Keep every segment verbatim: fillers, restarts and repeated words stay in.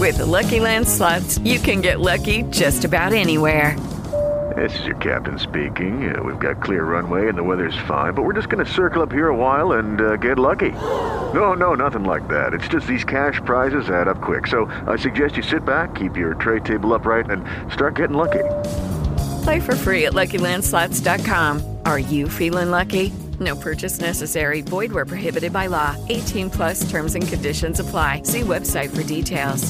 With the Lucky Land Slots, you can get lucky just about anywhere. This is your captain speaking. Uh, we've got clear runway and the weather's fine, but we're just going to circle up here a while and uh, get lucky. No, no, nothing like that. It's just these cash prizes add up quick. So I suggest you sit back, keep your tray table upright, and start getting lucky. Play for free at Lucky Land Slots dot com. Are you feeling lucky? No purchase necessary. Void where prohibited by law. eighteen plus terms and conditions apply. See website for details.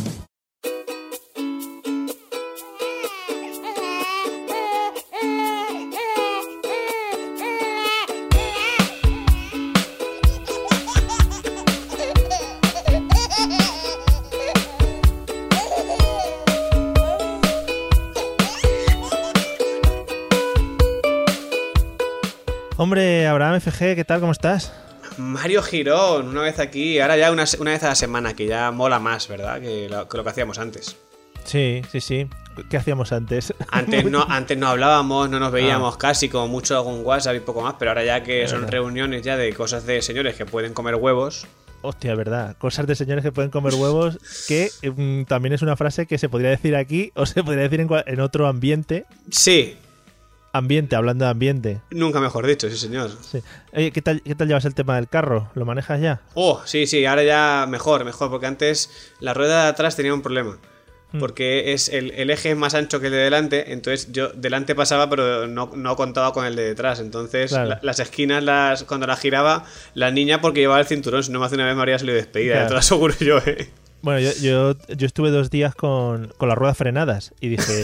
Hombre, Abraham F G, ¿qué tal? ¿Cómo estás? Mario Girón, una vez aquí, ahora ya una, una vez a la semana, que ya mola más, ¿verdad? Que lo, que lo que hacíamos antes. Sí, sí, sí. ¿Qué hacíamos antes? Antes no, antes no hablábamos, no nos veíamos ah. casi, como mucho con WhatsApp y poco más, pero ahora ya que son reuniones ya de cosas de señores que pueden comer huevos. Hostia, verdad. Cosas de señores que pueden comer huevos, que um, también es una frase que se podría decir aquí o se podría decir en, en otro ambiente. Sí. Ambiente, hablando de ambiente. Nunca mejor dicho, sí señor. Sí. Oye, ¿qué tal, ¿qué tal llevas el tema del carro? ¿Lo manejas ya? Oh, sí, sí, ahora ya mejor, mejor, porque antes la rueda de atrás tenía un problema. Mm. Porque es el, el eje es más ancho que el de delante, entonces yo delante pasaba, pero no, no contaba con el de detrás. Entonces claro. la, las esquinas, las cuando la giraba, la niña porque llevaba el cinturón, si no más de una vez me habría salido despedida, claro. Ya te lo aseguro yo, eh. Bueno, yo, yo, yo estuve dos días con, con las ruedas frenadas y dije...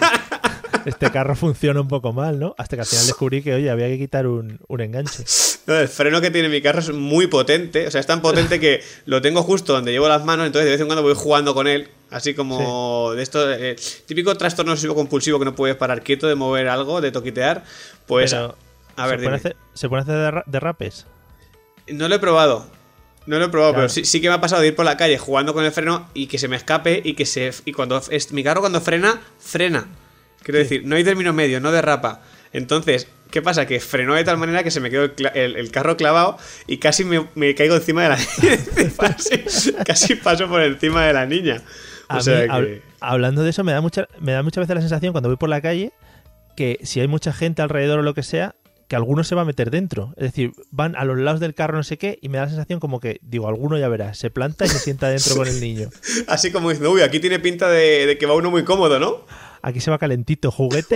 Este carro funciona un poco mal, ¿no? Hasta que al final descubrí que, oye, había que quitar un, un enganche. No, el freno que tiene mi carro es muy potente. O sea, es tan potente que lo tengo justo donde llevo las manos. Entonces de vez en cuando voy jugando con él. Así como sí. de esto... Eh, típico trastorno obsesivo compulsivo que no puedes parar quieto de mover algo, de toquitear. Pues, Pero, a, a ver, ¿se puede, hacer, ¿se puede hacer derrapes? No lo he probado. No lo he probado, claro. Pero sí, sí que me ha pasado de ir por la calle jugando con el freno y que se me escape y que se... Y cuando es, mi carro cuando frena, frena. Quiero sí. decir, no hay término medio, no derrapa. Entonces, ¿qué pasa? Que frenó de tal manera que se me quedó el, el, el carro clavado y casi me, me caigo encima de la niña. casi, casi paso por encima de la niña. O A sea mí, que... hab, hablando de eso, me da, mucha, me da muchas veces la sensación cuando voy por la calle que si hay mucha gente alrededor o lo que sea, que alguno se va a meter dentro. Es decir, van a los lados del carro no sé qué y me da la sensación como que, digo, alguno ya verás, se planta y se sienta dentro con el niño. Así como diciendo, uy, aquí tiene pinta de, de que va uno muy cómodo, ¿no? Aquí se va calentito, juguetes,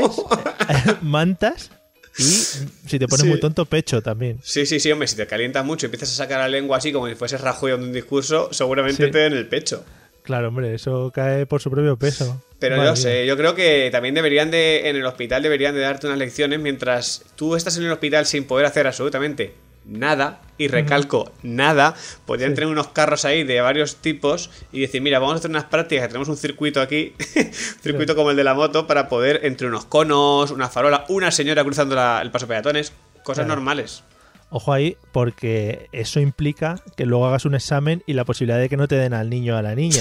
mantas y, si te pones sí. muy tonto, pecho también. Sí, sí, sí, hombre, si te calientas mucho y empiezas a sacar la lengua así como si fueses Rajoy dando un discurso, seguramente sí. te den el pecho. Claro, hombre, eso cae por su propio peso. Pero Madre yo sé, mía. Yo creo que también deberían de, en el hospital deberían de darte unas lecciones mientras tú estás en el hospital sin poder hacer absolutamente nada, y recalco, uh-huh. nada, podrían sí. tener unos carros ahí de varios tipos y decir, mira, vamos a hacer unas prácticas, que tenemos un circuito aquí, un circuito sí. como el de la moto, para poder, entre unos conos, una farola, una señora cruzando la, el paso peatones, cosas claro. normales. Ojo ahí, porque eso implica que luego hagas un examen y la posibilidad de que no te den al niño o a la niña.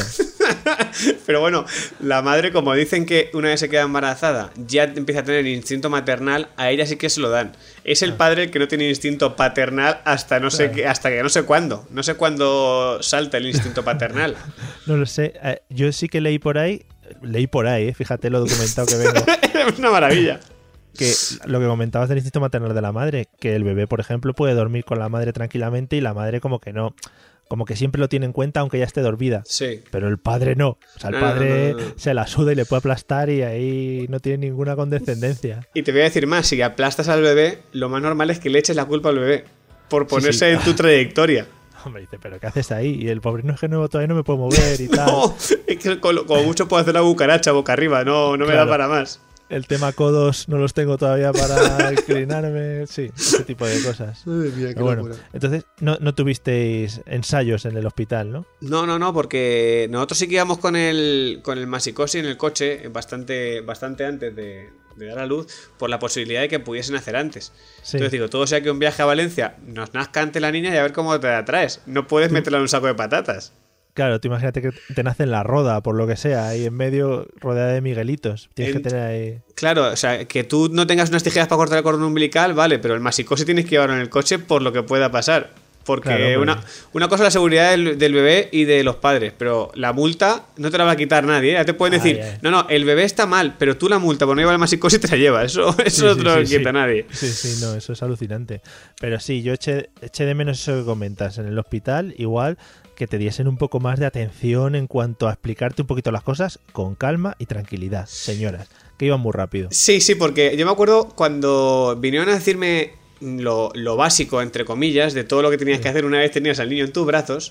Pero bueno, la madre, como dicen que una vez se queda embarazada ya empieza a tener el instinto maternal, a ella sí que se lo dan. Es el padre el que no tiene instinto paternal hasta no sé qué, hasta que no sé cuándo. No sé cuándo salta el instinto paternal. No lo sé. Yo sí que leí por ahí, leí por ahí, ¿eh? Fíjate lo documentado que vengo. Es una maravilla. Que lo que comentabas del instinto maternal de la madre, que el bebé, por ejemplo, puede dormir con la madre tranquilamente y la madre como que no, como que siempre lo tiene en cuenta aunque ya esté dormida. Sí. Pero el padre no. O sea, el no, padre no, no, no. se la suda y le puede aplastar y ahí no tiene ninguna condescendencia. Y te voy a decir más, si aplastas al bebé, lo más normal es que le eches la culpa al bebé por ponerse sí, sí. en tu trayectoria. Hombre, dice, ¿pero qué haces ahí? Y el pobre no es que no, todavía no me puedo mover y tal. No, es que como mucho puedo hacer la cucaracha boca arriba, no, no me claro. da para más. El tema codos no los tengo todavía para inclinarme. Sí, ese tipo de cosas. Madre mía, qué bueno, locura. Entonces, no, no tuvisteis ensayos en el hospital, ¿no? No, no, no, porque nosotros sí que íbamos con el, con el masicosi en el coche bastante, bastante antes de, de dar a luz, por la posibilidad de que pudiesen hacer antes. Sí. Entonces digo, todo sea que un viaje a Valencia nos nazca ante la niña y a ver cómo te la traes. No puedes meterla en un saco de patatas. Claro, tú imagínate que te nace en la roda, por lo que sea, ahí en medio rodeada de miguelitos. Tienes en... que tener ahí... Claro, o sea, que tú no tengas unas tijeras para cortar el cordón umbilical, vale, pero el masicosi tienes que llevarlo en el coche por lo que pueda pasar. Porque Claro, una, una cosa es la seguridad del, del bebé y de los padres, pero la multa no te la va a quitar nadie. ¿eh? Ya te pueden Ay, decir, ay. no, no, el bebé está mal, pero tú la multa por no llevar el masicosis te la llevas. Eso, eso Sí, no sí, te lo sí, quita sí. nadie. Sí, sí, no, eso es alucinante. Pero sí, yo eché, eché de menos eso que comentas. En el hospital, igual que te diesen un poco más de atención en cuanto a explicarte un poquito las cosas con calma y tranquilidad, señoras, que iban muy rápido. Sí, sí, porque yo me acuerdo cuando vinieron a decirme lo, lo básico, entre comillas, de todo lo que tenías que hacer una vez tenías al niño en tus brazos,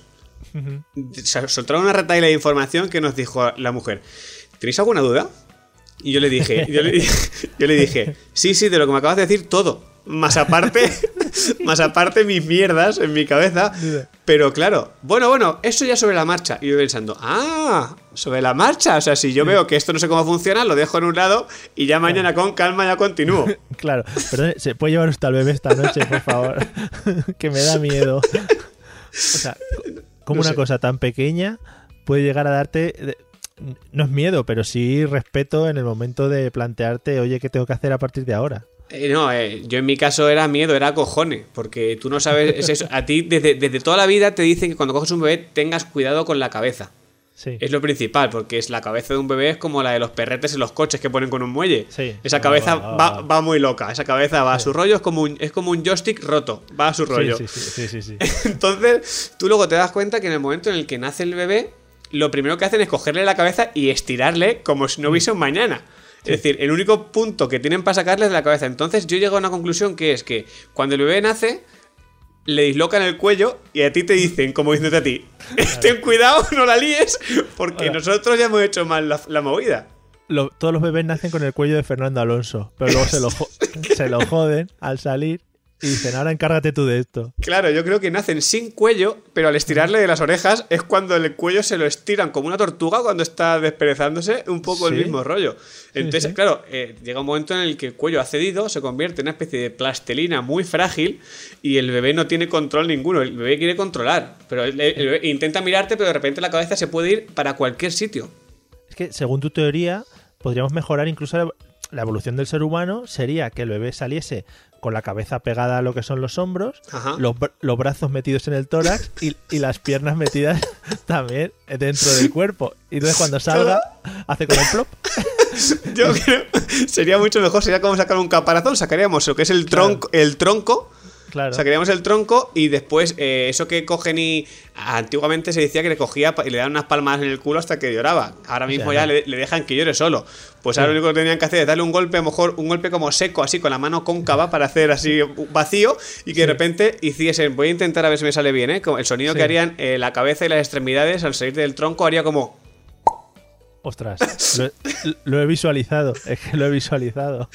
soltaron una retahíla de información que nos dijo la mujer, ¿tenéis alguna duda? Y yo le dije, yo le dije, yo le dije, sí, sí, de lo que me acabas de decir, todo. Más aparte, más aparte mis mierdas en mi cabeza. Pero claro, bueno, bueno, eso ya sobre la marcha. Y yo pensando, ah, sobre la marcha. O sea, si yo veo que esto no sé cómo funciona, lo dejo en un lado y ya mañana con calma ya continúo. Claro, perdón, ¿se puede llevar usted al bebé esta noche, por favor? Que me da miedo. O sea, como No una sé. cosa tan pequeña puede llegar a darte... No es miedo, pero sí respeto en el momento de plantearte, oye, ¿qué tengo que hacer a partir de ahora? Eh, no, eh, yo en mi caso era miedo, era cojones, porque tú no sabes, es eso. A ti desde, desde toda la vida te dicen que cuando coges un bebé tengas cuidado con la cabeza. Sí. Es lo principal, porque es la cabeza de un bebé es como la de los perretes en los coches que ponen con un muelle. Sí. Esa Va, cabeza va, va, va, va. va muy loca, esa cabeza va a su rollo, es como un, es como un joystick roto, va a su rollo. Sí, sí, sí, sí, sí, sí. Entonces, tú luego te das cuenta que en el momento en el que nace el bebé, lo primero que hacen es cogerle la cabeza y estirarle como si no hubiese un mañana. Es decir, el único punto que tienen para sacarle es de la cabeza. Entonces yo llego a una conclusión que es que cuando el bebé nace, le dislocan el cuello y a ti te dicen, como diciéndote a ti, ten cuidado, no la líes, porque Hola. nosotros ya hemos hecho mal la, la movida. Lo- todos los bebés nacen con el cuello de Fernando Alonso, pero luego se lo, jo- se lo joden al salir y dicen, ahora encárgate tú de esto. Claro, yo creo que nacen sin cuello, pero al estirarle de las orejas es cuando el cuello se lo estiran como una tortuga cuando está desperezándose, un poco el Sí. mismo rollo. Entonces, sí. claro, eh, llega un momento en el que el cuello ha cedido, se convierte en una especie de plastelina muy frágil y el bebé no tiene control ninguno. El bebé quiere controlar, pero el, el bebé intenta mirarte, pero de repente la cabeza se puede ir para cualquier sitio. Es que, según tu teoría, podríamos mejorar incluso la, la evolución del ser humano. Sería que el bebé saliese con la cabeza pegada a lo que son los hombros, Ajá. los, br- los brazos metidos en el tórax y, y las piernas metidas también dentro del cuerpo. Y entonces cuando salga, hace con el plop. Yo creo sería mucho mejor, sería como sacar un caparazón, sacaríamos lo que es el tronco, el tronco. Claro. Sacaríamos el tronco y después eh, eso que cogen y... Antiguamente se decía que le cogía pa- y le daban unas palmadas en el culo hasta que lloraba. Ahora mismo Ya, ya no. le, le dejan que llore solo. Pues ahora lo único que tenían que hacer es darle un golpe, a lo mejor un golpe como seco, así con la mano cóncava para hacer así vacío y que de repente hiciesen... Voy a intentar a ver si me sale bien, ¿eh? Como el sonido Sí. que harían eh, la cabeza y las extremidades al salir del tronco haría como... Ostras, lo, lo he visualizado, es que lo he visualizado.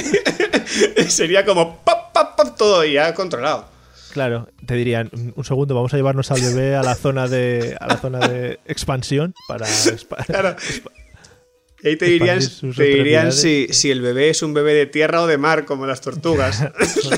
Sería como... ¡Pap, pap, pap! Todo y ya controlado. Claro, te dirían, un segundo, vamos a llevarnos al bebé a la zona de a la zona de expansión para... expa- Claro. Y ahí te dirían, expandir sus te dirían extremidades. si, si el bebé es un bebé de tierra o de mar, como las tortugas.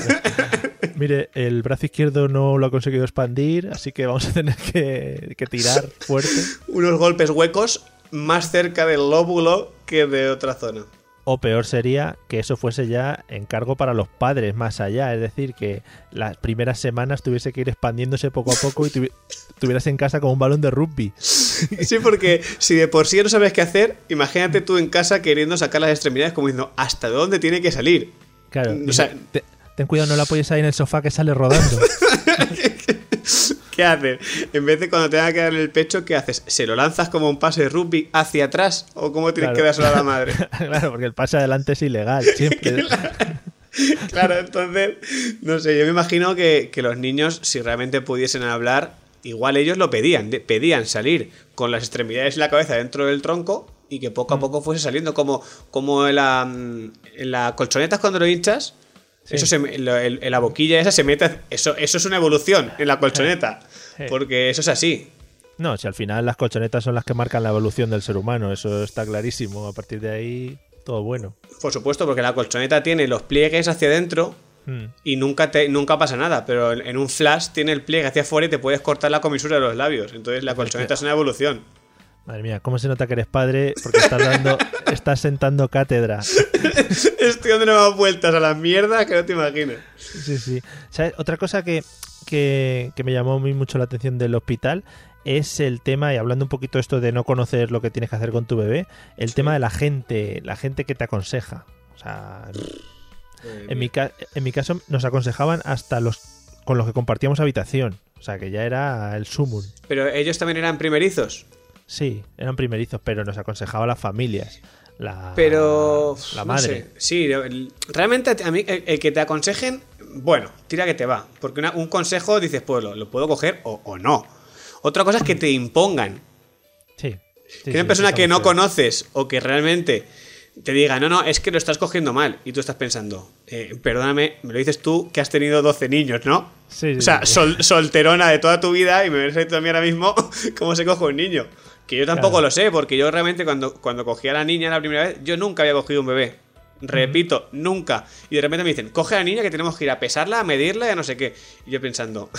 Mire, el brazo izquierdo no lo ha conseguido expandir, así que vamos a tener que, que tirar fuerte. Unos golpes huecos más cerca del lóbulo que de otra zona. O peor sería que eso fuese ya encargo para los padres más allá, es decir, que las primeras semanas tuviese que ir expandiéndose poco a poco y tuvi- tuvieras en casa como un balón de rugby. Sí, porque si de por sí ya no sabes qué hacer, imagínate tú en casa queriendo sacar las extremidades como diciendo, ¿hasta dónde tiene que salir? Claro, O sea, te- ten cuidado, no la apoyes ahí en el sofá que sale rodando. ¿Qué haces? En vez de cuando tenga que dar el pecho, ¿qué haces? ¿Se lo lanzas como un pase de rugby hacia atrás? ¿O cómo tienes Claro. que dárselo a la madre? Claro, porque el pase adelante es ilegal, siempre. Claro, entonces, no sé, yo me imagino que, que los niños, si realmente pudiesen hablar, igual ellos lo pedían, de- pedían salir con las extremidades y la cabeza dentro del tronco y que poco a poco fuese saliendo, como, como en, la, mm, en las colchonetas cuando lo hinchas, Sí. eso se, me- lo- el- en la boquilla esa se mete, eso, eso es una evolución en la colchoneta, Sí. porque eso es así. No, si al final las colchonetas son las que marcan la evolución del ser humano, eso está clarísimo. A partir de ahí, todo bueno. Por supuesto, porque la colchoneta tiene los pliegues hacia adentro Mm. y nunca, te, nunca pasa nada, pero en, en un flash tiene el pliegue hacia afuera y te puedes cortar la comisura de los labios. Entonces la colchoneta es una evolución. Madre mía, ¿cómo se nota que eres padre? Porque estás dando, estás sentando cátedra. Estoy dando nuevas vueltas a las mierdas que no te imaginas. Sí, sí. ¿Sabes? Otra cosa que que, que me llamó a mí mucho la atención del hospital es el tema, y hablando un poquito esto de no conocer lo que tienes que hacer con tu bebé, el sí. tema de la gente, la gente que te aconseja. O sea, en mi, ca- en mi caso nos aconsejaban hasta los con los que compartíamos habitación. O sea, que ya era el sumum. ¿Pero ellos también eran primerizos? Sí, eran primerizos, pero nos aconsejaba las familias. La, pero la no madre. Sé. Sí, realmente a mí el, el que te aconsejen, bueno, tira que te va. Porque una, un consejo dices, pues lo, lo puedo coger o, o no. Otra cosa es que te impongan. Sí. sí que una sí, persona que no feo. conoces o que realmente te diga, no, no, es que lo estás cogiendo mal. Y tú estás pensando, eh, perdóname, me lo dices tú que has tenido doce niños, ¿no? Sí, sí, o sea, sí. Sol, solterona de toda tu vida y me ves tú a mí ahora mismo cómo se coge un niño. Que yo tampoco claro. lo sé, porque yo realmente cuando, cuando cogí a la niña la primera vez, yo nunca había cogido un bebé. Repito, mm. nunca. Y de repente me dicen, coge a la niña que tenemos que ir a pesarla, a medirla y a no sé qué. Y yo pensando...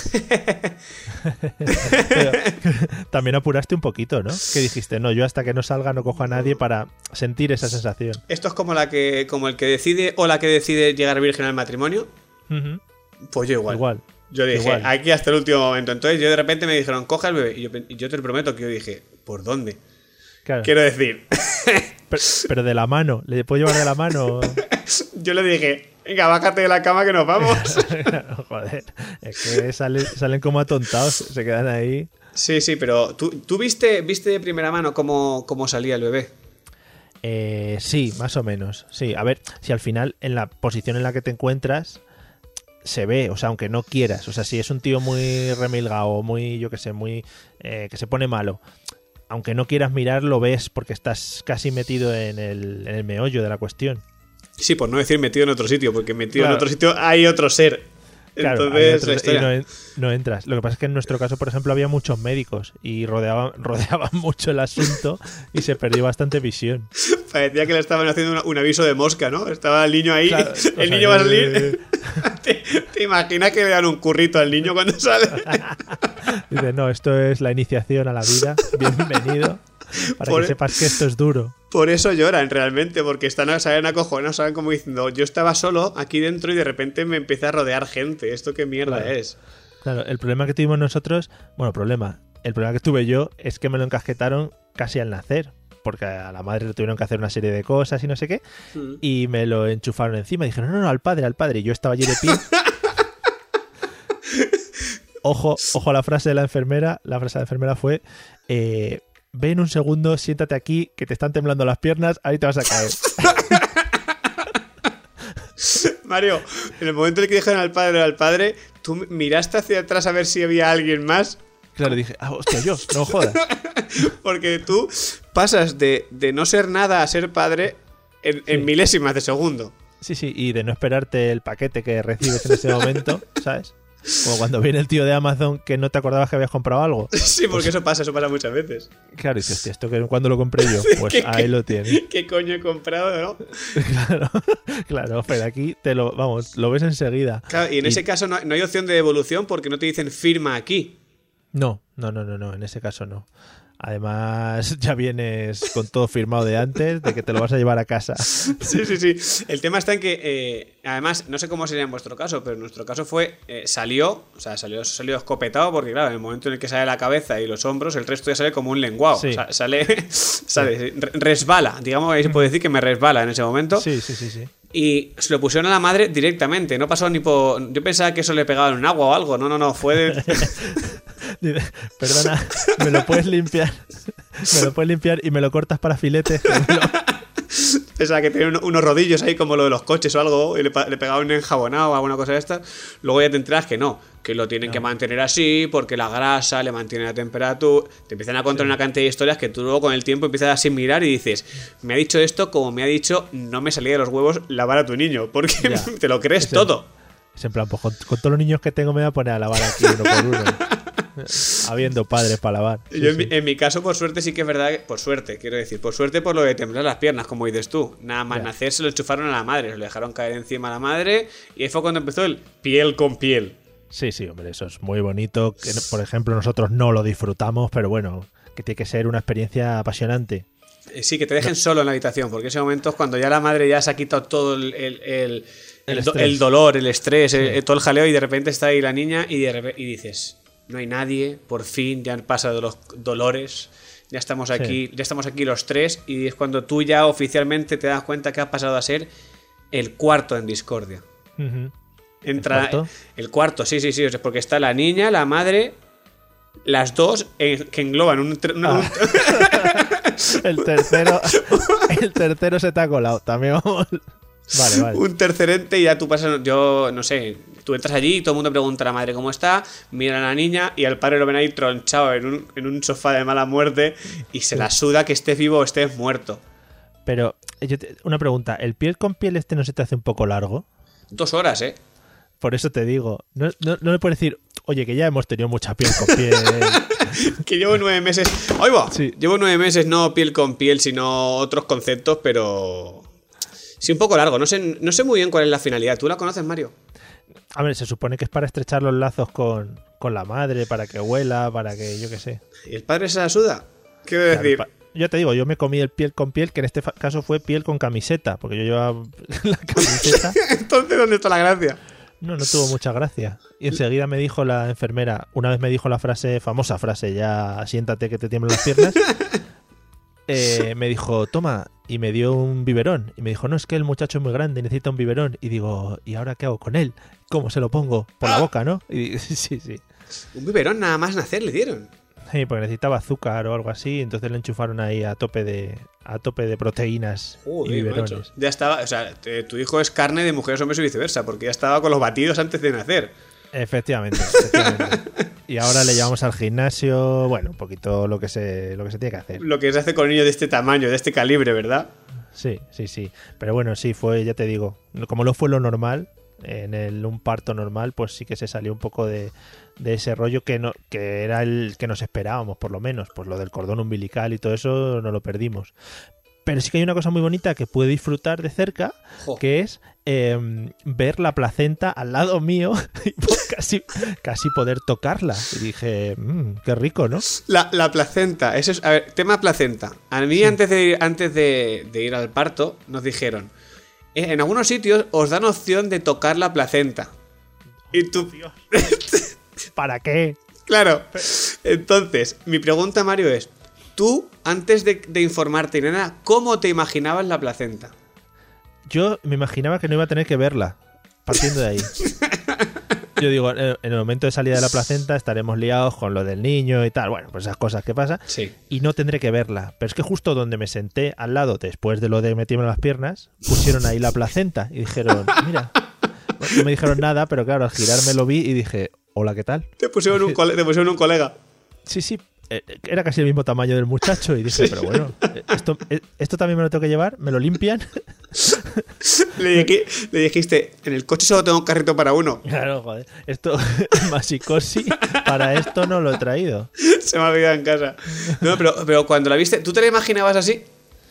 Pero, también apuraste un poquito, ¿no? Que dijiste, no, yo hasta que no salga no cojo a nadie para sentir esa sensación. Esto es como, la que, como el que decide o la que decide llegar virgen al matrimonio. Uh-huh. Pues yo igual. Igual. Yo dije, igual. aquí hasta el último momento. Entonces yo de repente me dijeron, coge al bebé. Y yo, y yo te lo prometo que yo dije, ¿por dónde? Claro. Quiero decir... pero, pero de la mano, ¿le puedo llevar de la mano? Yo le dije, venga, bájate de la cama que nos vamos. Joder, es que salen, salen como atontados, se quedan ahí. Sí, sí, pero ¿tú, tú viste, viste de primera mano cómo, cómo salía el bebé? Eh, sí, más o menos. Sí, a ver, si al final en la posición en la que te encuentras se ve, o sea, aunque no quieras. O sea, si es un tío muy remilgado, muy, yo qué sé, muy eh, que se pone malo, aunque no quieras mirar, lo ves porque estás casi metido en el, en el meollo de la cuestión. Sí, por no decir metido en otro sitio, porque metido claro. en otro sitio hay otro ser. Claro, Entonces, hay otro, y no, no entras. Lo que pasa es que en nuestro caso, por ejemplo, había muchos médicos y rodeaban, rodeaban mucho el asunto y se perdió bastante visión. Parecía que le estaban haciendo una, un aviso de mosca, ¿no? Estaba el niño ahí, claro, el niño sea, va a salir. ¿Te, ¿Te imaginas que le dan un currito al niño cuando sale? Dice, no, esto es la iniciación a la vida. Bienvenido. Para por que sepas que esto es duro. Por eso lloran realmente, porque están salen acojonados, saben como diciendo, yo estaba solo aquí dentro y de repente me empieza a rodear gente. ¿Esto qué mierda claro. es? Claro, el problema que tuvimos nosotros, bueno, problema, el problema que tuve yo es que me lo encasquetaron casi al nacer, porque a la madre le tuvieron que hacer una serie de cosas y no sé qué, mm. y me lo enchufaron encima y dijeron, no, no, al padre, al padre, y yo estaba allí de pie. Ojo, ojo a la frase de la enfermera, la frase de la enfermera fue... Eh, ven un segundo, siéntate aquí, que te están temblando las piernas, ahí te vas a caer. Mario, en el momento en el que dijeron al padre al padre, ¿tú miraste hacia atrás a ver si había alguien más? Claro, dije, ah, hostia, yo, no jodas. Porque tú pasas de, de no ser nada a ser padre en, sí. en milésimas de segundo. Sí, sí, y de no esperarte el paquete que recibes en ese momento, ¿sabes? Como cuando viene el tío de Amazon que no te acordabas que habías comprado algo. Sí, porque pues, eso pasa, eso pasa muchas veces. Claro, y dices, hostia, ¿esto que cuando lo compré yo? Pues ¿Qué, ahí qué, lo tienes. ¿Qué coño he comprado, no? Claro, claro, pero aquí te lo, vamos, lo ves enseguida. Claro, y en y... ese caso no, no hay opción de devolución porque no te dicen firma aquí. No, no, no, no, no, en ese caso no. Además, ya vienes con todo firmado de antes, de que te lo vas a llevar a casa. Sí, sí, sí. El tema está en que, eh, además, no sé cómo sería en vuestro caso, pero en nuestro caso fue, eh, salió, o sea, salió, salió escopetado, porque claro, en el momento en el que sale la cabeza y los hombros, el resto ya sale como un lenguado. Sí. O sea, sale, sale, resbala, digamos que ahí se puede decir que me resbala en ese momento. Sí, sí, sí, sí. Y se lo pusieron a la madre directamente, no pasó ni por... Yo pensaba que eso le pegaban en agua o algo, no, no, no, fue de... Perdona, ¿me lo puedes limpiar? ¿Me lo puedes limpiar y me lo cortas para filetes? Pensaba que tenía unos rodillos ahí como lo de los coches o algo y le, le pegaban un enjabonado o alguna cosa de estas. Luego ya te enteras que no, que lo tienen no. que mantener así porque la grasa le mantiene la temperatura. Te empiezan a contar sí. una cantidad de historias que tú luego con el tiempo empiezas a asimilar y dices, me ha dicho esto como me ha dicho no me salía de los huevos lavar a tu niño, porque ya. te lo crees es todo. En, es en plan, pues con, con todos los niños que tengo me voy a poner a lavar aquí uno por uno. Habiendo padres para lavar. Sí, Yo en, sí. mi, en mi caso, por suerte, sí que es verdad, que, por suerte, quiero decir, por suerte por lo de temblar las piernas, como dices tú. Nada más yeah. nacer se lo enchufaron a la madre, se lo dejaron caer encima a la madre y ahí fue cuando empezó el piel con piel. Sí, sí, hombre, eso es muy bonito. Que, por ejemplo, nosotros no lo disfrutamos, pero bueno, que tiene que ser una experiencia apasionante. Eh, Sí, que te dejen solo en la habitación, porque ese momento es cuando ya la madre ya se ha quitado todo el, el, el, El el do- estrés. el dolor, el estrés, Sí. el- todo el jaleo, y de repente está ahí la niña y, de repe- y dices, no hay nadie, por fin, ya han pasado los dolores, ya estamos aquí, ya estamos aquí los tres, y es cuando tú ya oficialmente te das cuenta que has pasado a ser el cuarto en discordia. Ujú. Entra ¿El cuarto? el cuarto, sí, sí, sí, o sea, porque está la niña, la madre, las dos eh, que engloban un, tre- una- Ah. El tercero, el tercero se te ha colado. También vamos. Vale, vale. un tercer ente y ya tú pasas, yo no sé, tú entras allí y todo el mundo pregunta a la madre cómo está, mira a la niña y al padre lo ven ahí tronchado en un, en un sofá de mala muerte y se la suda que estés vivo o estés muerto. Pero, yo te- una pregunta. ¿El piel con piel este no se te hace un poco largo? Dos horas, ¿eh? Por eso te digo. No, no, no le puedes decir, oye, que ya hemos tenido mucha piel con piel. Que llevo nueve meses... ¡Ahí va! Sí. Llevo nueve meses no piel con piel, sino otros conceptos, pero... Sí, un poco largo. No sé, no sé muy bien cuál es la finalidad. ¿Tú la conoces, Mario? A ver, se supone que es para estrechar los lazos con, con la madre, para que huela, para que, yo qué sé. ¿Y el padre se la suda? Quiero Claro, decir... pa- yo te digo, yo me comí el piel con piel, que en este fa- caso fue piel con camiseta, porque yo llevaba la camiseta. Entonces, ¿dónde está la gracia? No, no tuvo mucha gracia. Y enseguida me dijo la enfermera, una vez me dijo la frase, famosa frase, ya siéntate que te tiemblan las piernas. eh, me dijo, toma, y me dio un biberón. Y me dijo, no, es que el muchacho es muy grande, necesita un biberón. Y digo, ¿y ahora qué hago con él? ¿Cómo se lo pongo? Por la boca, ¿no? Y sí, sí, sí. Un biberón nada más nacer le dieron. Sí, porque necesitaba azúcar o algo así, entonces le enchufaron ahí a tope de a tope de proteínas y Joder, biberones. macho. Ya estaba, o sea, te- tu hijo es carne de mujeres, hombres y viceversa, porque ya estaba con los batidos antes de nacer. Efectivamente, efectivamente. Y ahora le llevamos al gimnasio, bueno, un poquito lo que se lo que se tiene que hacer. Lo que se hace con niños de este tamaño, de este calibre, ¿verdad? Sí, sí, sí. Pero bueno, sí, fue, ya te digo, como no fue lo normal, en el, un parto normal, pues sí que se salió un poco de, de ese rollo que no que era el que nos esperábamos, por lo menos. Pues lo del cordón umbilical y todo eso no lo perdimos. Pero sí que hay una cosa muy bonita que pude disfrutar de cerca, Jo. que es eh, ver la placenta al lado mío y pues casi, casi poder tocarla. Y dije, mmm, qué rico, ¿no? La, la placenta, eso es, a ver, tema placenta. A mí antes, de, antes de, de ir al parto nos dijeron, eh, en algunos sitios os dan opción de tocar la placenta. Y tú, ¿Para qué? claro. Entonces, mi pregunta, Mario, es, tú, antes de, de informarte ni nada, ¿cómo te imaginabas la placenta? Yo me imaginaba que no iba a tener que verla, partiendo de ahí. Yo digo, en el momento de salida de la placenta estaremos liados con lo del niño y tal. Bueno, pues esas cosas que pasan. Sí. Y no tendré que verla. Pero es que justo donde me senté al lado, después de lo de meterme las piernas, pusieron ahí la placenta y dijeron, mira. Bueno, no me dijeron nada, pero claro, al girarme lo vi y dije, hola, ¿qué tal? Te pusieron un, cole- te pusieron un colega. Sí, sí. eh, Era casi el mismo tamaño del muchacho y dije, pero bueno, eh, esto, eh, esto también me lo tengo que llevar, me lo limpian. Le, dije- le dijiste, en el coche solo tengo un carrito para uno. Claro, joder. Esto, masicosi, para esto no lo he traído. Se me ha olvidado en casa. No, pero, pero cuando la viste, ¿tú te la imaginabas así?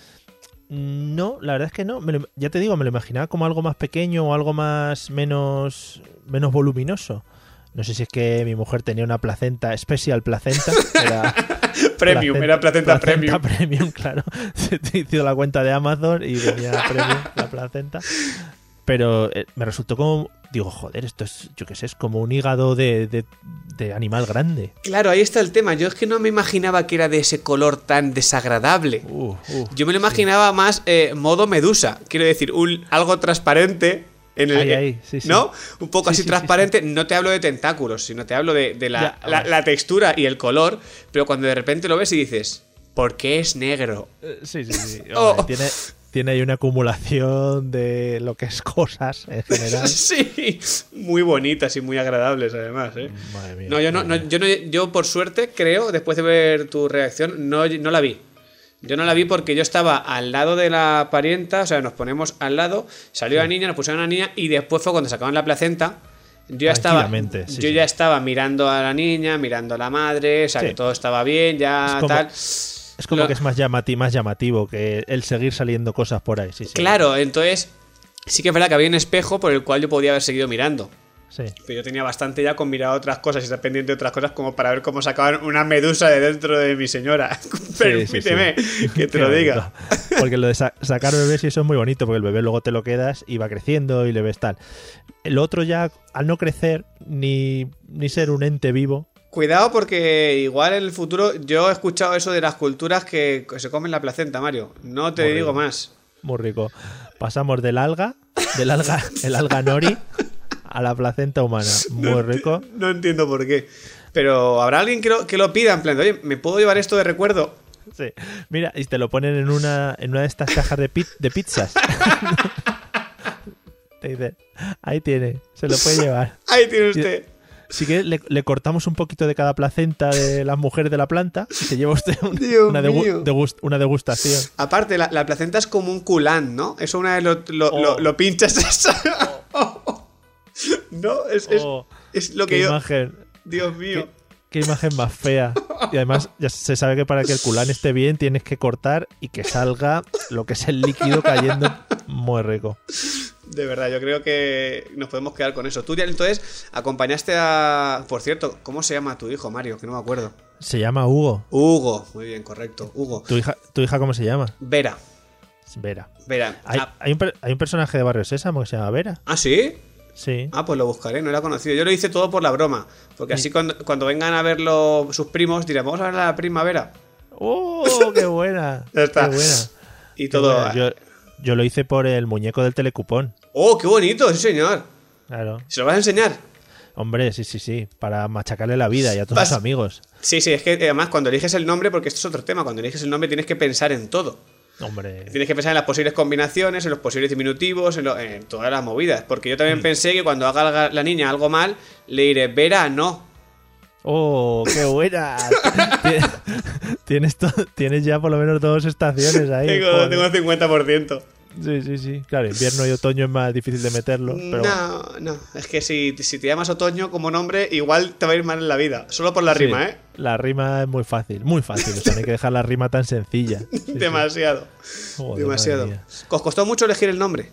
No, la verdad es que no. Me lo- ya te digo, me lo imaginaba como algo más pequeño o algo más menos, menos voluminoso. No sé si es que mi mujer tenía una placenta, special placenta. Era Premium, era placenta, premium. premium, claro. Se te hizo la cuenta de Amazon y venía premium la placenta. Pero eh, me resultó como... Digo, joder, esto es, yo qué sé, es como un hígado de, de, de animal grande. Claro, ahí está el tema. Yo es que no me imaginaba que era de ese color tan desagradable. Uh, uh, Yo me lo imaginaba más eh, modo medusa. Quiero decir, un, algo transparente. En el, Ahí, ahí, sí, sí. ¿no? Un poco Sí, así sí, transparente. No te hablo de tentáculos, sino te hablo de, de la, Ya, la- vale. la textura y el color. Pero cuando de repente lo ves y dices, ¿por qué es negro? Eh, Sí, sí, sí. Hombre, Oh. tiene, tiene ahí una acumulación de lo que es cosas en general. Sí, muy bonitas y muy agradables además, ¿eh? Madre mía, No, yo no, madre no, mía. yo no, yo por suerte creo, después de ver tu reacción, no, no la vi. Yo no la vi porque yo estaba al lado de la parienta, o sea, nos ponemos al lado, salió la niña, nos pusieron a la niña y después fue cuando sacaban la placenta. Yo ya estaba, Tranquilamente, sí, yo sí. ya estaba mirando a la niña, mirando a la madre, o sea, Sí. que todo estaba bien, ya Es como- tal. Es como Lo- que es más, llamati- más llamativo que el seguir saliendo cosas por ahí. Sí, sí. Claro, entonces sí que es verdad que había un espejo por el cual yo podía haber seguido mirando. Sí. Pero yo tenía bastante ya con mirar otras cosas y estar pendiente de otras cosas como para ver cómo sacaban una medusa de dentro de mi señora. Permíteme sí, sí. que te Qué lo diga. bonito. Porque lo de sa- sacar bebés y eso es muy bonito, porque el bebé luego te lo quedas y va creciendo y le ves tal. El otro ya, al no crecer ni, ni ser un ente vivo... Cuidado porque igual en el futuro yo he escuchado eso de las culturas que se comen la placenta, Mario. No te Muy digo rico. más. Muy rico. Pasamos del alga, del alga, el alga nori, a la placenta humana. Muy rico. No entiendo por qué. Pero habrá alguien que lo, que lo pida en plan, de, oye, ¿me puedo llevar esto de recuerdo? Sí. Mira, y te lo ponen en una, en una de estas cajas de, pi- de pizzas. Te dicen, ahí tiene, se lo puede llevar. Ahí tiene usted. Si quieres, le, le cortamos un poquito de cada placenta de las mujeres de la planta y se lleva usted un- Dios una, degu- mío. degust- una degustación. Aparte, la, la placenta es como un culán, ¿no? Eso una vez lo, lo, Oh. lo, lo pinchas. Eso. No, es, es, Oh, es lo qué que yo... imagen, Dios mío. qué imagen más fea. Y además ya se sabe que para que el culán esté bien tienes que cortar y que salga lo que es el líquido cayendo muy rico. De verdad, yo creo que nos podemos quedar con eso. Tú ya entonces acompañaste a... Por cierto, ¿cómo se llama tu hijo, Mario? Que no me acuerdo. Se llama Hugo. Hugo. Muy bien, correcto. Hugo. ¿Tu hija, tu hija cómo se llama? Vera. Vera. Vera. Hay, Ah, hay, un, per- hay un personaje de Barrio Sésamo que se llama Vera. ¿ah, sí? Sí. Ah, pues lo buscaré, no lo he conocido. Yo lo hice todo por la broma. Porque así cuando, cuando vengan a verlo sus primos, dirán, vamos a ver a la primavera. ¡Oh, qué buena! Ya está. ¡Qué buena! Y Qué todo... buena. Yo, yo lo hice por el muñeco del telecupón. ¡Oh, qué bonito! Sí, señor. Claro. ¿Se lo vas a enseñar? Hombre, sí, sí, sí. Para machacarle la vida y a todos Vas- sus amigos. Sí, sí, es que además cuando eliges el nombre, porque esto es otro tema, cuando eliges el nombre tienes que pensar en todo. Hombre. Tienes que pensar en las posibles combinaciones, en los posibles diminutivos, en, lo- en todas las movidas. Porque yo también Mm. pensé que cuando haga la, la niña algo mal, le diré, Vera, no. ¡Oh, qué buena! Tien- tienes, to- tienes ya por lo menos dos estaciones ahí. Tengo, joder. tengo cincuenta por ciento. Sí, sí, sí. Claro, invierno y otoño es más difícil de meterlo. Pero bueno. No, no. Es que si, si te llamas Otoño como nombre, igual te va a ir mal en la vida. Solo por la Sí, rima, ¿eh? La rima es muy fácil, muy fácil. O sea, no hay que dejar la rima tan sencilla. Sí, sí. Demasiado. Joder, Demasiado. madre mía. ¿Os costó mucho elegir el nombre?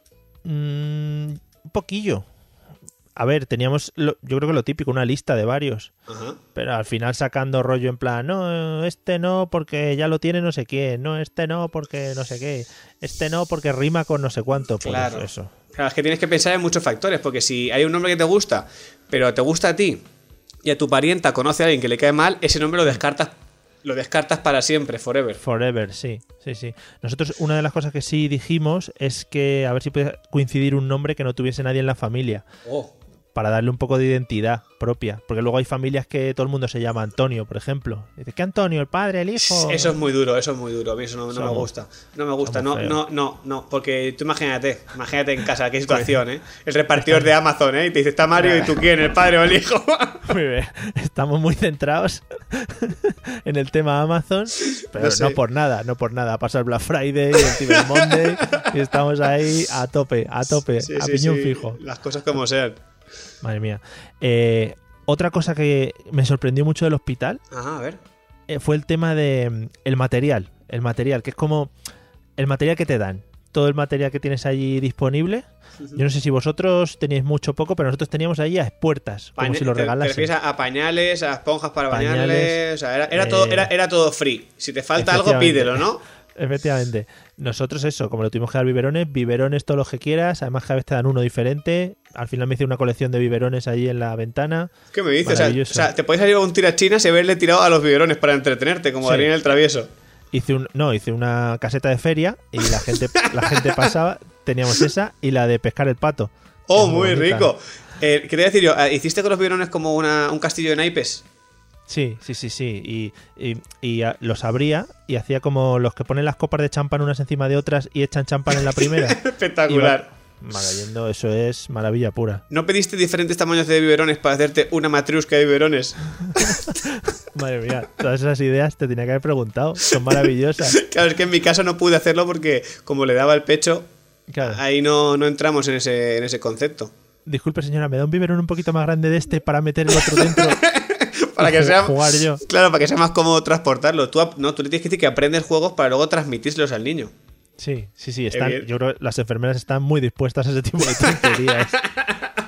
Mm, un poquillo. A ver, teníamos, lo- yo creo que lo típico, una lista de varios. Ajá. Pero al final sacando rollo en plan, no, este no porque ya lo tiene no sé quién, no, este no porque no sé qué, este no porque rima con no sé cuánto. Pues Claro. eso. Claro, es que tienes que pensar en muchos factores, porque si hay un nombre que te gusta, pero te gusta a ti y a tu parienta conoce a alguien que le cae mal, ese nombre lo descartas, lo descartas para siempre, forever. Forever, sí, sí, sí. Nosotros una de las cosas que sí dijimos es que a ver si puede coincidir un nombre que no tuviese nadie en la familia, Oh. para darle un poco de identidad propia. Porque luego hay familias que todo el mundo se llama Antonio, por ejemplo. Dices, ¿qué Antonio? ¿El padre? ¿El hijo? Eso es muy duro, eso es muy duro. A mí eso no, no me Somos- gusta. No me gusta, somos no, feos. no, no, no. Porque tú imagínate, imagínate en casa, qué situación, ¿eh? El repartidor de Amazon, ¿eh? Y te dice, está Mario y tú quién, el padre o el hijo. Muy bien. Estamos muy centrados en el tema Amazon, pero No no, sé. por nada, no por nada. Pasa el Black Friday, el Cyber Monday y estamos ahí a tope, a tope, Sí, a sí, piñón sí, fijo. Las cosas como sean. Madre mía. Eh, otra cosa que me sorprendió mucho del hospital Ajá, a ver. eh, fue el tema de mm, el material. El material, que es como el material que te dan. Todo el material que tienes allí disponible. Yo no sé si vosotros teníais mucho o poco, pero nosotros teníamos ahí a expuertas, como Paña- si lo te- Te regalasen. refieres a, a pañales, a esponjas para Pañales, bañarles. O sea, era, era eh, todo, era, era todo free. Si te falta algo, efectivamente. pídelo, ¿no? Efectivamente. Nosotros eso, como lo tuvimos que dar biberones, biberones todos los que quieras, además cada vez te dan uno diferente. Al final me hice una colección de biberones allí en la ventana. ¿Qué me dices? O sea, o Maravilloso. sea, te puedes salir a un tirachinas y haberle tirado a los biberones para entretenerte, como Sí. Daniel el Travieso. Hice un, no, hice una caseta de feria y la gente, la gente pasaba, teníamos esa y la de pescar el pato. Oh, Es muy bonita. rico. Eh, ¿Qué te voy a decir yo? ¿Hiciste con los biberones como una, un castillo de naipes? Sí, sí, sí, sí. Y, y, y a- los abría y hacía como los que ponen las copas de champán unas encima de otras y echan champán en la primera. Espectacular. Iba- Maravillando, eso es maravilla pura. ¿No pediste diferentes tamaños de biberones para hacerte una matriusca de biberones? Madre mía, todas esas ideas te tenía que haber preguntado. Son maravillosas. Claro, es que en mi caso no pude hacerlo porque como le daba el pecho, Claro. ahí no, no entramos en ese, en ese concepto. Disculpe, señora, ¿me da un biberón un poquito más grande de este para meter el otro dentro? Para que Y sea, jugar yo. claro, para que sea más cómodo transportarlo. Tú, ap- no, tú le tienes que decir que aprendes juegos para luego transmitírselos al niño. Sí, sí, sí. Están, Evidente. yo creo que las enfermeras están muy dispuestas a ese tipo de tonterías.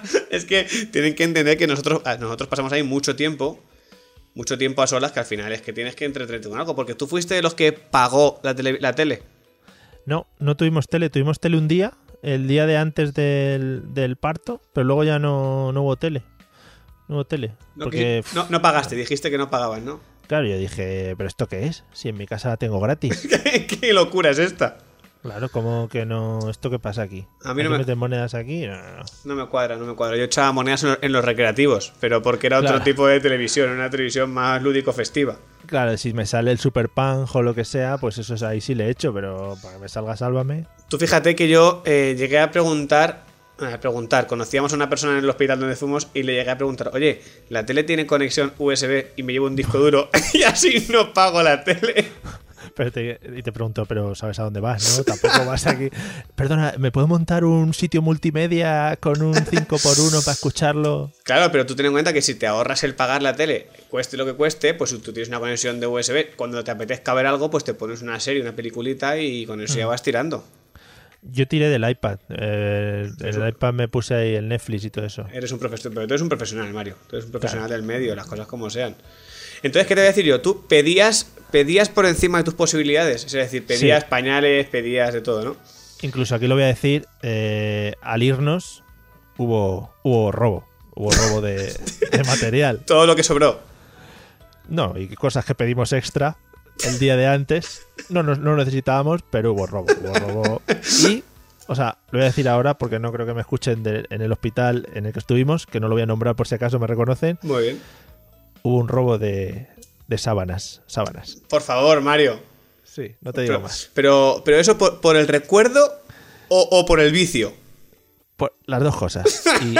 Es que tienen que entender que nosotros, nosotros pasamos ahí mucho tiempo, mucho tiempo a solas, que al final es que tienes que entretenerte con algo, porque tú fuiste de los que pagó la tele. La tele. No, no tuvimos tele, tuvimos tele un día, el día de antes del, del parto, pero luego ya no, no hubo tele. No hubo tele. No, porque, que, no, no pagaste, dijiste que no pagabas, ¿no? Claro, yo dije, ¿pero esto qué es? Si en mi casa la tengo gratis. ¿Qué, qué locura es esta? Claro, ¿cómo que no? ¿Esto qué pasa aquí? A mí no ¿Aquí me meten monedas aquí? No, no, no. No me cuadra, no me cuadra. Yo echaba monedas en los, en los recreativos, pero porque era otro Claro. tipo de televisión, una televisión más lúdico-festiva. Claro, si me sale el Super Punch o lo que sea, pues eso es ahí sí le he hecho, pero para que me salga Sálvame. Tú fíjate que yo eh, llegué a preguntar, a preguntar, conocíamos a una persona en el hospital donde fuimos y le llegué a preguntar, oye, ¿la tele tiene conexión U S B y me llevo un disco duro y así no pago la tele? Pero te, y te pregunto, pero ¿sabes a dónde vas, no? Tampoco vas aquí. Perdona, ¿me puedo montar un sitio multimedia con un cinco por uno para escucharlo? Claro, pero tú ten en cuenta que si te ahorras el pagar la tele, cueste lo que cueste, pues tú tienes una conexión de U S B. Cuando te apetezca ver algo, pues te pones una serie, una peliculita y con eso ya vas tirando. Yo tiré del iPad. Eh, en el iPad me puse ahí el Netflix y todo eso. Eres un profesional, pero tú eres un profesional, Mario. Tú eres un profesional claro. del medio, las cosas como sean. Entonces, ¿qué te voy a decir yo? Tú pedías, pedías por encima de tus posibilidades. Es decir, pedías sí. pañales, pedías de todo, ¿no? Incluso aquí lo voy a decir, eh, al irnos hubo, hubo robo. Hubo robo de, de material. Todo lo que sobró. No, y cosas que pedimos extra el día de antes. No, no, no necesitábamos, pero hubo robo. Hubo robo. Y, o sea, lo voy a decir ahora porque no creo que me escuchen de, en el hospital en el que estuvimos, que no lo voy a nombrar por si acaso me reconocen. Muy bien. Hubo un robo de, de sábanas, sábanas. Por favor, Mario. Sí, no te digo pero, más. Pero, pero eso por, por el recuerdo o, o por el vicio. Por las dos cosas. Y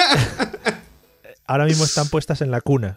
ahora mismo están puestas en la cuna.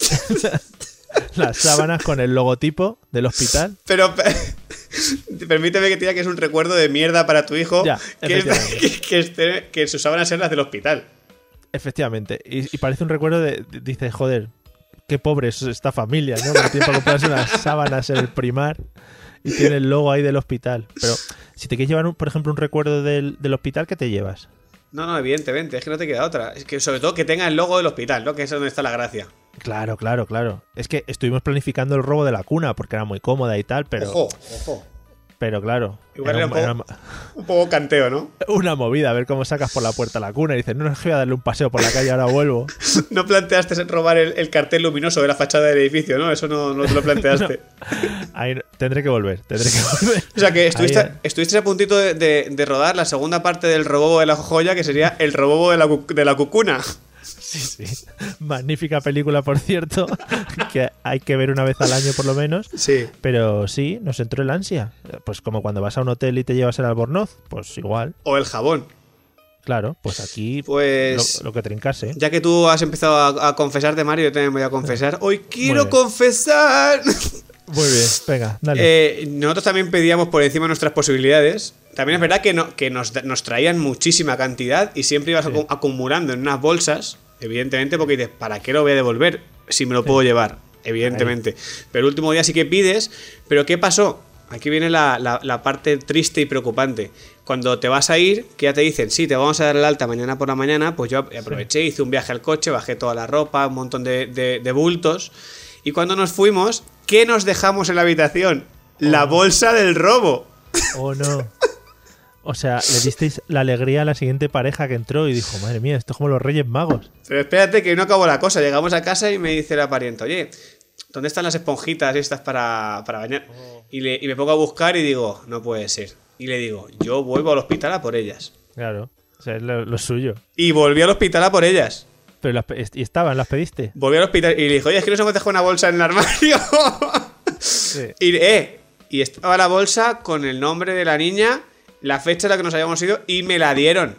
Las sábanas con el logotipo del hospital. Pero permíteme que te diga que es un recuerdo de mierda para tu hijo. Ya, que, es, que, que, esté, que sus sábanas sean las del hospital. Efectivamente. Y, y parece un recuerdo de, de... Dice, joder, qué pobre es esta familia, ¿no? No tiene para comprarse unas sábanas en el Primar y tiene el logo ahí del hospital. Pero si te quieres llevar, un, por ejemplo, un recuerdo del, del hospital, ¿qué te llevas? No, no, evidentemente, es que no te queda otra. Es que sobre todo que tenga el logo del hospital, ¿no? Que es donde está la gracia. Claro, claro, claro. Es que estuvimos planificando el robo de la cuna porque era muy cómoda y tal, pero... Ojo, ojo. Pero claro... Igual era, era, un, poco, era un poco canteo, ¿no? Una movida, a ver cómo sacas por la puerta la cuna y dices, no, no, voy a darle un paseo por la calle, ahora vuelvo. No planteaste robar el, el cartel luminoso de la fachada del edificio, ¿no? Eso no, no te lo planteaste. No. Ahí, tendré que volver, tendré que volver. O sea que estuviste, Ahí, estuviste a puntito de, de, de rodar la segunda parte del robobo de la joya, que sería el robobo de la, de la cucuna. Sí, sí. Magnífica película, por cierto, que hay que ver una vez al año por lo menos. Sí. Pero sí, nos entró el ansia. Pues como cuando vas a un hotel y te llevas el albornoz, pues igual. O el jabón. Claro, pues aquí pues lo, lo que trincase. Ya que tú has empezado a, a confesarte, Mario, yo también voy a confesar. Hoy quiero confesar. Muy bien, venga, dale. Eh, nosotros también pedíamos por encima de nuestras posibilidades. También es verdad que, no, que nos, nos traían muchísima cantidad y siempre ibas sí. acumulando en unas bolsas, evidentemente, porque dices, ¿para qué lo voy a devolver si me lo sí. puedo llevar? Evidentemente. Ahí. Pero el último día sí que pides. ¿Pero qué pasó? Aquí viene la, la, la parte triste y preocupante. Cuando te vas a ir, que ya te dicen, sí, te vamos a dar el alta mañana por la mañana, pues yo aproveché, sí. hice un viaje al coche, bajé toda la ropa, un montón de, de, de bultos. Y cuando nos fuimos, ¿qué nos dejamos en la habitación? Oh. La bolsa del robo. Oh, no. O sea, le disteis la alegría a la siguiente pareja que entró y dijo, madre mía, esto es como los Reyes Magos. Pero espérate que no acabó la cosa. Llegamos a casa y me dice la parienta, oye, ¿dónde están las esponjitas estas para, para bañar? Oh. Y, le, y me pongo a buscar y digo, no puede ser. Y le digo, yo vuelvo al hospital a por ellas. Claro, o sea, es lo, lo suyo. Y volví al hospital a por ellas. Pero las, ¿y estaban? ¿Las pediste? Volví al hospital y le dije, oye, es que nos hemos dejado una bolsa en el armario. Sí. Y, eh, y estaba la bolsa con el nombre de la niña, la fecha en la que nos habíamos ido y me la dieron.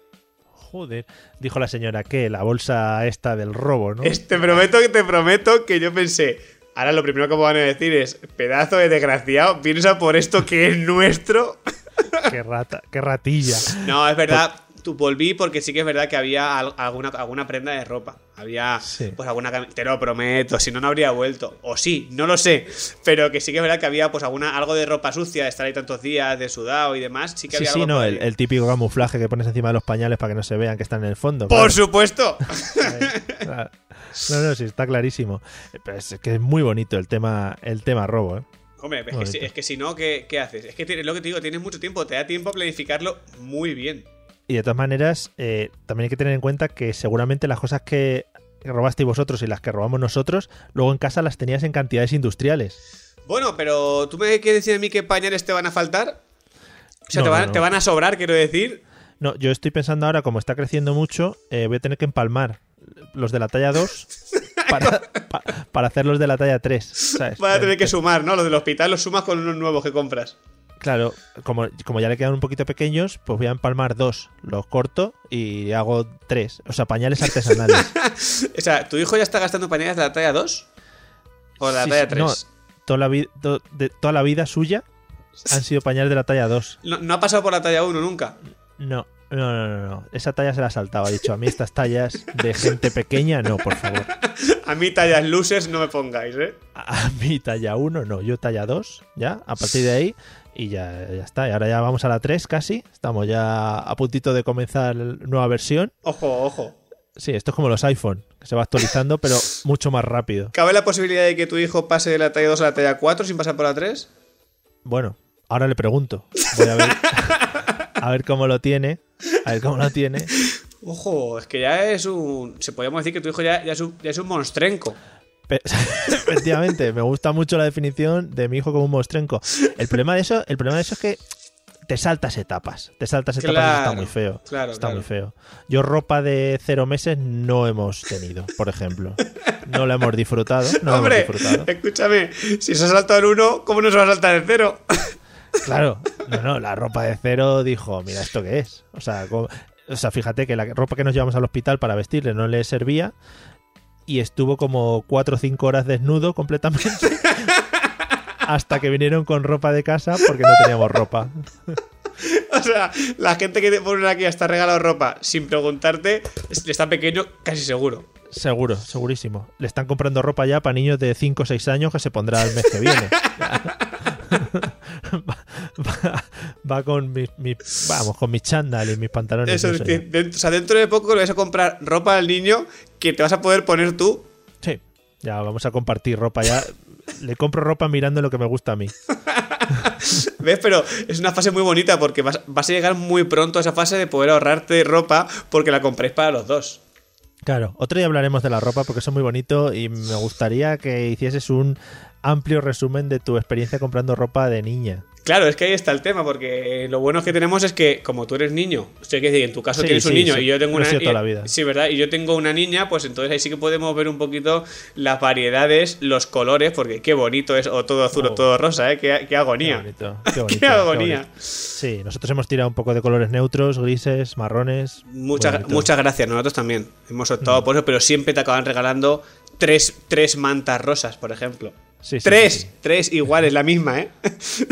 Joder, dijo la señora, ¿qué? La bolsa esta del robo, ¿no? Te prometo que te prometo que yo pensé, ahora lo primero que me van a decir es, pedazo de desgraciado, piensa por esto que es nuestro. Qué rata, qué ratilla. No, es verdad, tú volví porque sí que es verdad que había al- alguna, alguna prenda de ropa. Había, Sí. pues alguna camiseta, te lo prometo, si no, no habría vuelto. O sí, no lo sé. Pero que sí que es verdad que había pues alguna, algo de ropa sucia, de estar ahí tantos días, de sudado y demás. Sí que Sí, había sí, algo no, por el, ahí. el típico camuflaje que pones encima de los pañales para que no se vean que están en el fondo. ¡Por claro. supuesto! Claro. No, no, sí, está clarísimo. Pero es que es muy bonito el tema, el tema robo, ¿eh? Hombre, es que, Bonito. si, es que si no, ¿qué, qué haces? Es que tienes, lo que te digo, tienes mucho tiempo, te da tiempo a planificarlo muy bien. Y de todas maneras, eh, también hay que tener en cuenta que seguramente las cosas que robasteis vosotros y las que robamos nosotros, luego en casa las tenías en cantidades industriales. Bueno, pero ¿tú me quieres decir a mí qué pañales te van a faltar? O sea, No, te, van, no, no. te van a sobrar, quiero decir. No, yo estoy pensando ahora, como está creciendo mucho, eh, voy a tener que empalmar los de la talla dos para, pa- para hacer los de la talla tres, ¿sabes? Vas a tener que sumar, ¿no? Los del hospital los sumas con unos nuevos que compras. Claro, como, como ya le quedan un poquito pequeños, pues voy a empalmar dos, los corto y hago tres. O sea, pañales artesanales. O sea, ¿tu hijo ya está gastando pañales de la talla dos? ¿O de la Sí, talla sí, tres? no, toda la, vi- to- de, toda la vida suya han sido pañales de la talla dos. No, no ha pasado por la talla uno nunca. No, no, no, no, no. Esa talla se la ha saltado. Ha dicho, a mí estas tallas de gente pequeña, no, por favor. A mí tallas losers no me pongáis, ¿eh? A a mí talla uno, no. Yo talla dos, ya. A partir de ahí, y ya, ya está. Y ahora ya vamos a la tres casi. Estamos ya a puntito de comenzar la nueva versión. Ojo, ojo. Sí, esto es como los iPhone, que se va actualizando, pero mucho más rápido. ¿Cabe la posibilidad de que tu hijo pase de la talla dos a la talla cuatro sin pasar por la tres? Bueno, ahora le pregunto. Voy a ver, a ver cómo lo tiene. A ver cómo lo tiene. Ojo, es que ya es un... Se podríamos decir que tu hijo ya, ya, es, un, ya es un monstrenco. Pe- Efectivamente, me gusta mucho la definición de mi hijo como un monstrenco. El problema de eso, el problema de eso es que te saltas etapas. Te saltas etapas y eso está Claro, muy feo. claro, está claro. muy feo. Yo ropa de cero meses no hemos tenido, por ejemplo. No la hemos disfrutado. No la Hombre, hemos disfrutado. escúchame, si se ha saltado el uno, ¿cómo no se va a saltar el cero? Claro, no, no, la ropa de cero dijo, mira, ¿esto qué es? O sea, como- o sea, fíjate que la ropa que nos llevamos al hospital para vestirle no le servía y estuvo como cuatro o cinco horas desnudo completamente hasta que vinieron con ropa de casa porque no teníamos ropa. O sea, la gente que te pone aquí hasta regalado ropa sin preguntarte, es- está pequeño, casi seguro. Seguro, segurísimo. Le están comprando ropa ya para niños de cinco o seis años que se pondrá el mes que viene. va, va- va con mis, mis- vamos, con mis chándal y mis pantalones. Eso no es sé que yo. dentro, o sea, dentro de poco le vas a comprar ropa al niño que te vas a poder poner tú. Sí, ya vamos a compartir ropa. Ya le compro ropa mirando lo que me gusta a mí. ¿Ves? Pero es una fase muy bonita porque vas, vas a llegar muy pronto a esa fase de poder ahorrarte ropa porque la compréis para los dos. Claro, otro día hablaremos de la ropa porque eso es muy bonito y me gustaría que hicieses un amplio resumen de tu experiencia comprando ropa de niña. Claro, es que ahí está el tema, porque lo bueno que tenemos es que, como tú eres niño, o sea, que decir, en tu caso Sí, tienes un sí, niño sí, y yo tengo lo he una sido toda y- la vida. Sí, ¿verdad? Y yo tengo una niña, pues entonces ahí sí que podemos ver un poquito las variedades, los colores, porque qué bonito es, o todo azul Oh. o todo rosa, ¿eh? Qué, qué Qué agonía. bonito, qué bonito. Qué qué agonía. bonito. Sí, nosotros hemos tirado un poco de colores neutros, grises, marrones. Muchas, Muy bonito. muchas gracias, nosotros también hemos Mm. optado por eso, pero siempre te acaban regalando tres, tres mantas rosas, por ejemplo. Sí, sí, tres, sí, sí. tres iguales, la misma, ¿eh?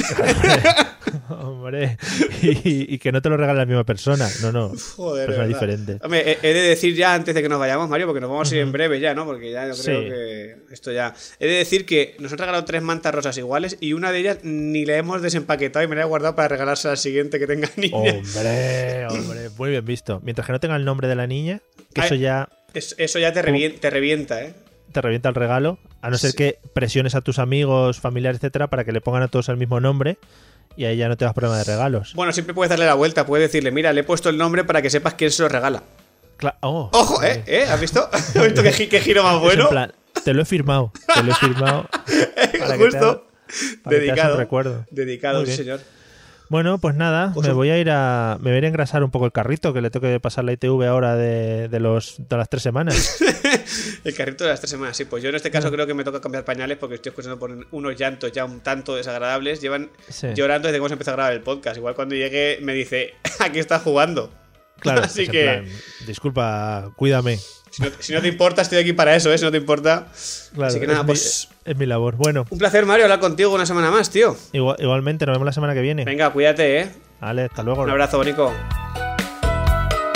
Hombre, y, y que no te lo regale la misma persona. No, no. Joder, persona de verdad. diferente. Hombre, he, he de decir ya antes de que nos vayamos, Mario, porque nos vamos a ir en breve ya, ¿no? Porque ya yo creo Sí. que esto ya... He de decir que nos han regalado tres mantas rosas iguales y una de ellas ni la hemos desempaquetado y me la he guardado para regalarse a la siguiente que tenga niña. Hombre, hombre, muy bien visto. Mientras que no tenga el nombre de la niña, que Ay. eso ya Es- eso ya te, revien- te revienta, ¿eh? te revienta el regalo, a no ser Sí. que presiones a tus amigos, familiares, etcétera, para que le pongan a todos el mismo nombre y ahí ya no te das problema de regalos. Bueno, siempre puedes darle la vuelta, puedes decirle, mira, le he puesto el nombre para que sepas quién se lo regala. Cla- oh, ¡Ojo, eh! ¿Eh? ¿Has visto? ¿Has visto qué, gi- qué giro más Es en bueno? plan, te lo he firmado, te lo he firmado. para que te Justo. haga- para que te hagas Dedicado. un recuerdo. Dedicado, Muy sí, bien. señor. Bueno, pues nada, Pues me un- voy a ir a me voy a ir a engrasar un poco el carrito, que le tengo que pasar la I T V ahora de, de los de las tres semanas. El carrito de las tres semanas, sí. Pues yo en este caso creo que me toca cambiar pañales porque estoy escuchando por unos llantos ya un tanto desagradables. Llevan Sí. llorando desde que hemos empezado a grabar el podcast. Igual cuando llegue me dice, aquí está jugando. Claro, Así es en que, plan, disculpa, cuídame. si no, si no te importa, estoy aquí para eso, ¿eh? Si no te importa. Claro, Así que nada, es, pues mi, es mi labor. Bueno, un placer, Mario, hablar contigo una semana más, tío. igual- igualmente, nos vemos la semana que viene. Venga, cuídate, ¿eh? Vale, hasta luego. Un abrazo, Bonico.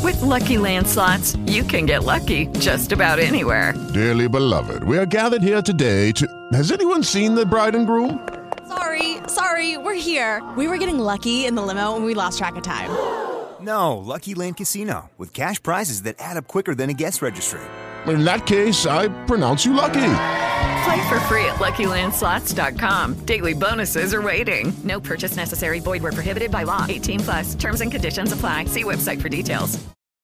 With Lucky Land Slots, you can get lucky just about anywhere. Dearly beloved, we are gathered here today to... Has anyone seen the bride and groom? Sorry, sorry, we're here. We were getting lucky in the limo and we lost track of time. No, Lucky Land Casino, with cash prizes that add up quicker than a guest registry. In that case, I pronounce you lucky. Play for free at Lucky Land Slots dot com. Daily bonuses are waiting. No purchase necessary. Void where prohibited by law. eighteen plus. Terms and conditions apply. See website for details.